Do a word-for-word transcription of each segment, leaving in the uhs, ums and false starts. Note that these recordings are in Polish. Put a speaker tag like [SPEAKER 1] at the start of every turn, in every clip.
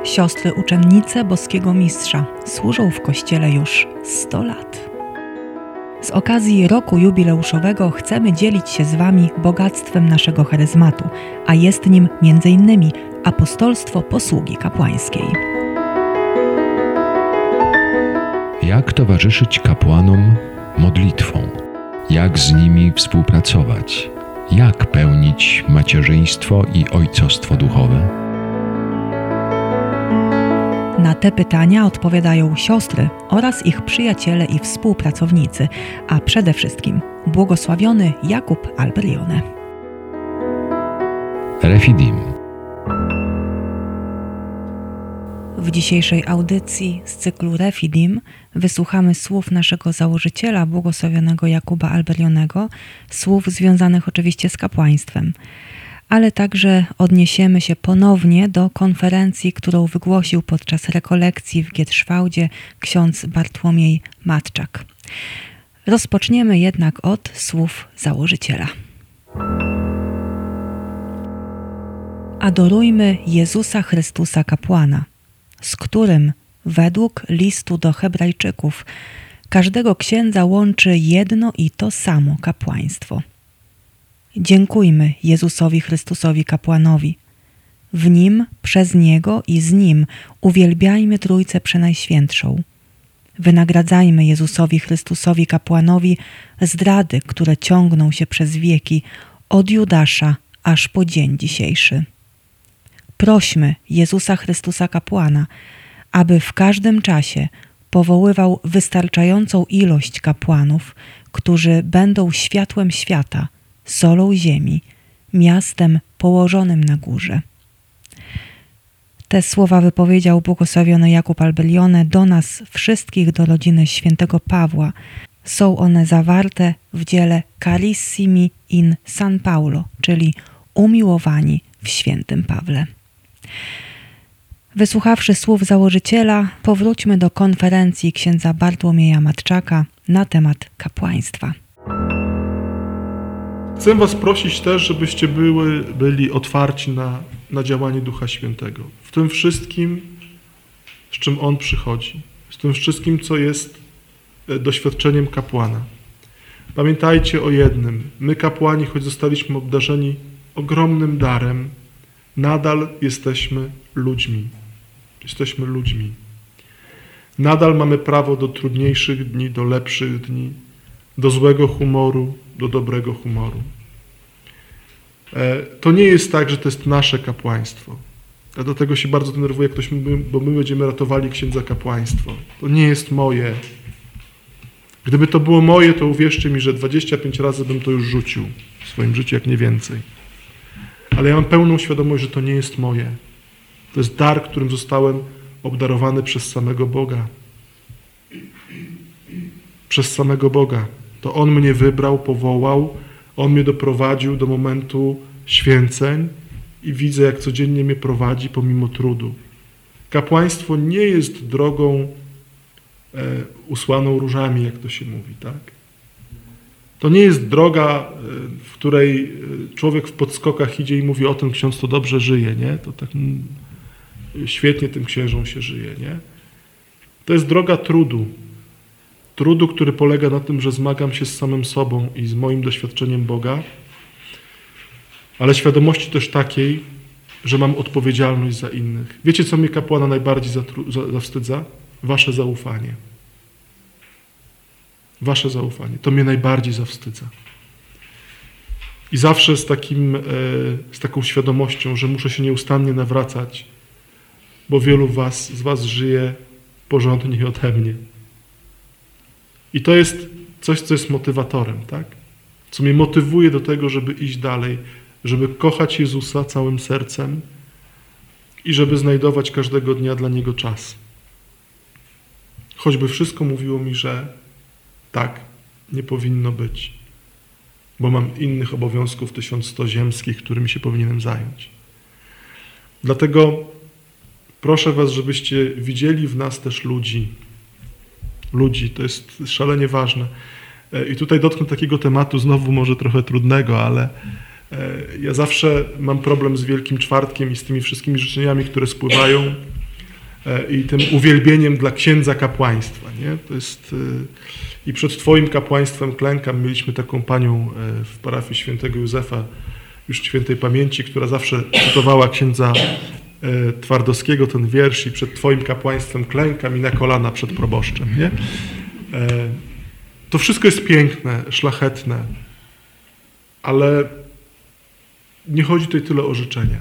[SPEAKER 1] Siostry uczennice boskiego mistrza służą w kościele już sto lat. Z okazji roku jubileuszowego chcemy dzielić się z Wami bogactwem naszego charyzmatu, a jest nim między innymi apostolstwo posługi kapłańskiej.
[SPEAKER 2] Jak towarzyszyć kapłanom modlitwą? Jak z nimi współpracować? Jak pełnić macierzyństwo i ojcostwo duchowe?
[SPEAKER 1] Na te pytania odpowiadają siostry oraz ich przyjaciele i współpracownicy, a przede wszystkim błogosławiony Jakub Alberione.
[SPEAKER 2] Refidim.
[SPEAKER 1] W dzisiejszej audycji z cyklu Refidim wysłuchamy słów naszego założyciela, błogosławionego Jakuba Alberionego, słów związanych oczywiście z kapłaństwem, ale także odniesiemy się ponownie do konferencji, którą wygłosił podczas rekolekcji w Gietrzwałdzie ksiądz Bartłomiej Matczak. Rozpoczniemy jednak od słów założyciela. Adorujmy Jezusa Chrystusa kapłana, z którym według listu do Hebrajczyków każdego księdza łączy jedno i to samo kapłaństwo. Dziękujmy Jezusowi Chrystusowi kapłanowi. W Nim, przez Niego i z Nim uwielbiajmy Trójcę Przenajświętszą. Wynagradzajmy Jezusowi Chrystusowi kapłanowi zdrady, które ciągną się przez wieki od Judasza aż po dzień dzisiejszy. Prośmy Jezusa Chrystusa kapłana, aby w każdym czasie powoływał wystarczającą ilość kapłanów, którzy będą światłem świata, solą ziemi, miastem położonym na górze. Te słowa wypowiedział błogosławiony Jakub Alberione do nas wszystkich, do rodziny świętego Pawła. Są one zawarte w dziele Carissimi in San Paulo, czyli umiłowani w świętym Pawle. Wysłuchawszy słów założyciela, powróćmy do konferencji księdza Bartłomieja Matczaka na temat kapłaństwa.
[SPEAKER 3] Chcę Was prosić też, żebyście były, byli otwarci na, na działanie Ducha Świętego. W tym wszystkim, z czym On przychodzi. Z tym wszystkim, co jest doświadczeniem kapłana. Pamiętajcie o jednym. My kapłani, choć zostaliśmy obdarzeni ogromnym darem, nadal jesteśmy ludźmi. Jesteśmy ludźmi. Nadal mamy prawo do trudniejszych dni, do lepszych dni, do złego humoru, do dobrego humoru. To nie jest tak, że to jest nasze kapłaństwo. Ja do tego się bardzo denerwuję, jak ktoś mówi, bo my będziemy ratowali księdza kapłaństwo. To nie jest moje. Gdyby to było moje, to uwierzcie mi, że dwadzieścia pięć razy bym to już rzucił w swoim życiu, jak nie więcej. Ale ja mam pełną świadomość, że to nie jest moje. To jest dar, którym zostałem obdarowany przez samego Boga. Przez samego Boga. To On mnie wybrał, powołał, On mnie doprowadził do momentu święceń i widzę, jak codziennie mnie prowadzi pomimo trudu. Kapłaństwo nie jest drogą e, usłaną różami, jak to się mówi, tak? To nie jest droga, w której człowiek w podskokach idzie i mówi: o, ten ksiądz to dobrze żyje, nie? To tak świetnie tym księżom się żyje, nie? To jest droga trudu. Trudu, który polega na tym, że zmagam się z samym sobą i z moim doświadczeniem Boga, ale świadomości też takiej, że mam odpowiedzialność za innych. Wiecie, co mnie kapłana najbardziej zawstydza? Wasze zaufanie. Wasze zaufanie. To mnie najbardziej zawstydza. I zawsze z, takim, z taką świadomością, że muszę się nieustannie nawracać, bo wielu was, z was żyje porządnie ode mnie. I to jest coś, co jest motywatorem, tak? Co mnie motywuje do tego, żeby iść dalej, żeby kochać Jezusa całym sercem i żeby znajdować każdego dnia dla Niego czas. Choćby wszystko mówiło mi, że tak, nie powinno być, bo mam innych obowiązków tysiąc sto ziemskich, którymi się powinienem zająć. Dlatego proszę was, żebyście widzieli w nas też ludzi. Ludzi, to jest szalenie ważne. I tutaj dotknę takiego tematu, znowu może trochę trudnego, ale ja zawsze mam problem z Wielkim Czwartkiem i z tymi wszystkimi życzeniami, które spływają. i tym uwielbieniem dla księdza kapłaństwa. Nie? To jest, i przed Twoim kapłaństwem klękam. Mieliśmy taką panią w parafii świętego Józefa, już świętej pamięci, która zawsze cytowała księdza Twardowskiego ten wiersz i przed Twoim kapłaństwem klękam i na kolana przed proboszczem. Nie? To wszystko jest piękne, szlachetne, ale nie chodzi tutaj tyle o życzenia.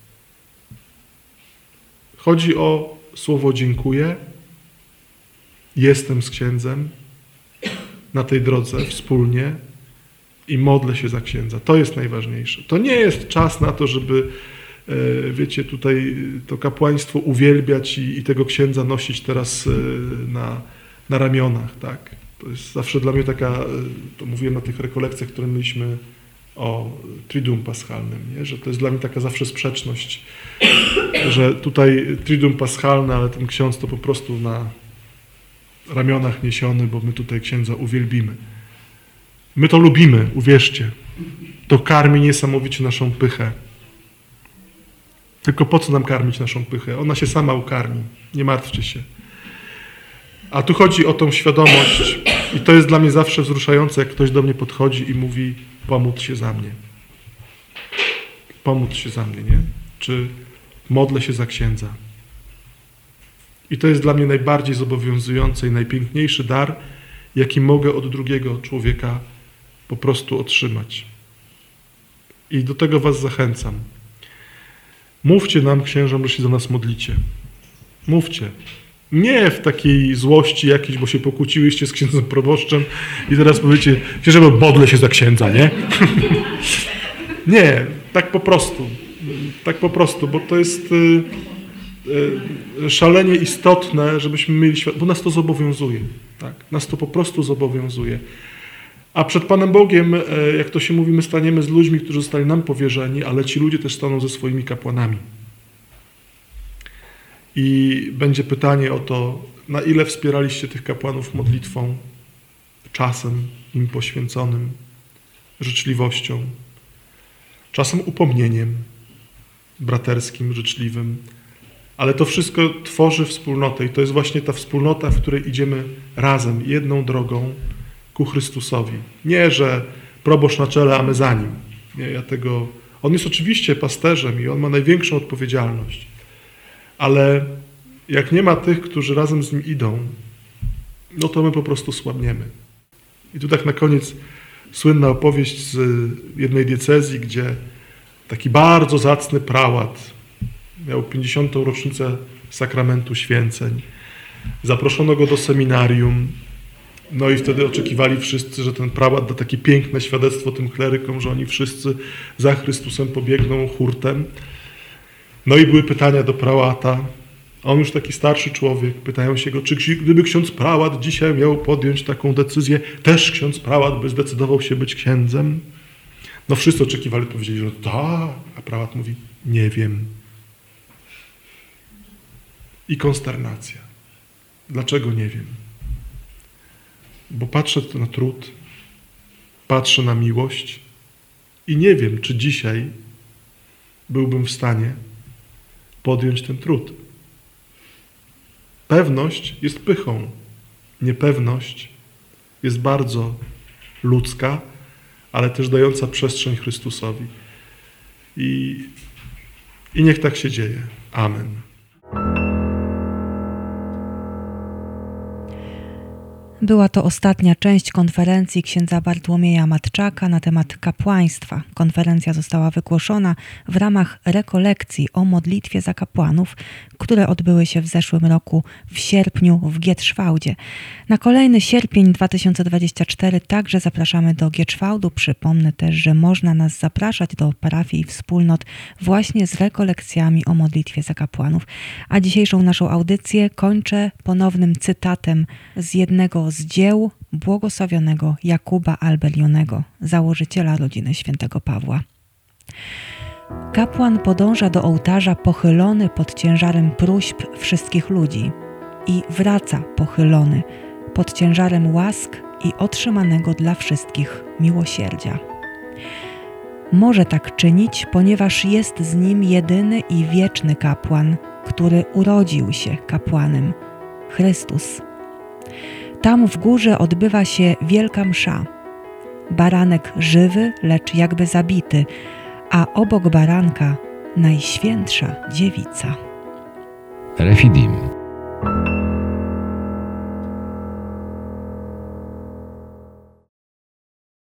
[SPEAKER 3] Chodzi o słowo dziękuję, jestem z księdzem na tej drodze wspólnie i modlę się za księdza. To jest najważniejsze. To nie jest czas na to, żeby, wiecie, tutaj to kapłaństwo uwielbiać i, i tego księdza nosić teraz na, na ramionach, tak? To jest zawsze dla mnie taka, to mówiłem na tych rekolekcjach, które mieliśmy o Triduum Paschalnym, nie? Że to jest dla mnie taka zawsze sprzeczność, że tutaj Triduum Paschalne, ale ten ksiądz to po prostu na ramionach niesiony, bo my tutaj księdza uwielbimy. My to lubimy, uwierzcie. To karmi niesamowicie naszą pychę. Tylko po co nam karmić naszą pychę? Ona się sama ukarmi. Nie martwcie się. A tu chodzi o tą świadomość i to jest dla mnie zawsze wzruszające, jak ktoś do mnie podchodzi i mówi: pomódl się za mnie. Pomódl się za mnie, nie? Czy modlę się za księdza. I to jest dla mnie najbardziej zobowiązujący i najpiękniejszy dar, jaki mogę od drugiego człowieka po prostu otrzymać. I do tego was zachęcam. Mówcie nam, księżom, że się za nas modlicie. Mówcie. Nie w takiej złości jakiejś, bo się pokłóciłyście z księdzem proboszczem i teraz powiecie: księże, bo modlę się za księdza, nie? Nie, tak po prostu. Tak po prostu, bo to jest y, y, szalenie istotne, żebyśmy mieli świadomość, bo nas to zobowiązuje. Tak? Nas to po prostu zobowiązuje. A przed Panem Bogiem, jak to się mówi, my staniemy z ludźmi, którzy zostali nam powierzeni, ale ci ludzie też staną ze swoimi kapłanami. I będzie pytanie o to, na ile wspieraliście tych kapłanów modlitwą, czasem im poświęconym, życzliwością, czasem upomnieniem braterskim, życzliwym, ale to wszystko tworzy wspólnotę i to jest właśnie ta wspólnota, w której idziemy razem, jedną drogą ku Chrystusowi. Nie, że proboszcz na czele, a my za nim. Nie, ja tego... On jest oczywiście pasterzem i on ma największą odpowiedzialność, ale jak nie ma tych, którzy razem z nim idą, no to my po prostu słabniemy. I tu tak na koniec słynna opowieść z jednej diecezji, gdzie taki bardzo zacny prałat miał pięćdziesiątą rocznicę sakramentu święceń. Zaproszono go do seminarium, no i wtedy oczekiwali wszyscy, że ten prałat da takie piękne świadectwo tym klerykom, że oni wszyscy za Chrystusem pobiegną hurtem. No i były pytania do prałata. On już taki starszy człowiek, pytają się go, czy gdyby ksiądz prałat dzisiaj miał podjąć taką decyzję, też ksiądz prałat by zdecydował się być księdzem? No wszyscy oczekiwali, powiedzieli, że tak, a prałat mówi: nie wiem. I konsternacja. Dlaczego nie wiem? Bo patrzę na trud, patrzę na miłość i nie wiem, czy dzisiaj byłbym w stanie podjąć ten trud. Pewność jest pychą. Niepewność jest bardzo ludzka, ale też dająca przestrzeń Chrystusowi. I, i niech tak się dzieje. Amen.
[SPEAKER 1] Była to ostatnia część konferencji księdza Bartłomieja Matczaka na temat kapłaństwa. Konferencja została wygłoszona w ramach rekolekcji o modlitwie za kapłanów, które odbyły się w zeszłym roku w sierpniu w Gietrzwałdzie. Na kolejny sierpień dwa tysiące dwudziesty czwarty także zapraszamy do Gietrzwałdu. Przypomnę też, że można nas zapraszać do parafii i wspólnot właśnie z rekolekcjami o modlitwie za kapłanów. A dzisiejszą naszą audycję kończę ponownym cytatem z jednego z dzieł błogosławionego Jakuba Albelionego, założyciela rodziny świętego Pawła. Kapłan podąża do ołtarza pochylony pod ciężarem próśb wszystkich ludzi i wraca pochylony pod ciężarem łask i otrzymanego dla wszystkich miłosierdzia. Może tak czynić, ponieważ jest z nim jedyny i wieczny kapłan, który urodził się kapłanem, Chrystus. Tam w górze odbywa się wielka msza. Baranek żywy, lecz jakby zabity, a obok baranka Najświętsza Dziewica.
[SPEAKER 2] Refidim.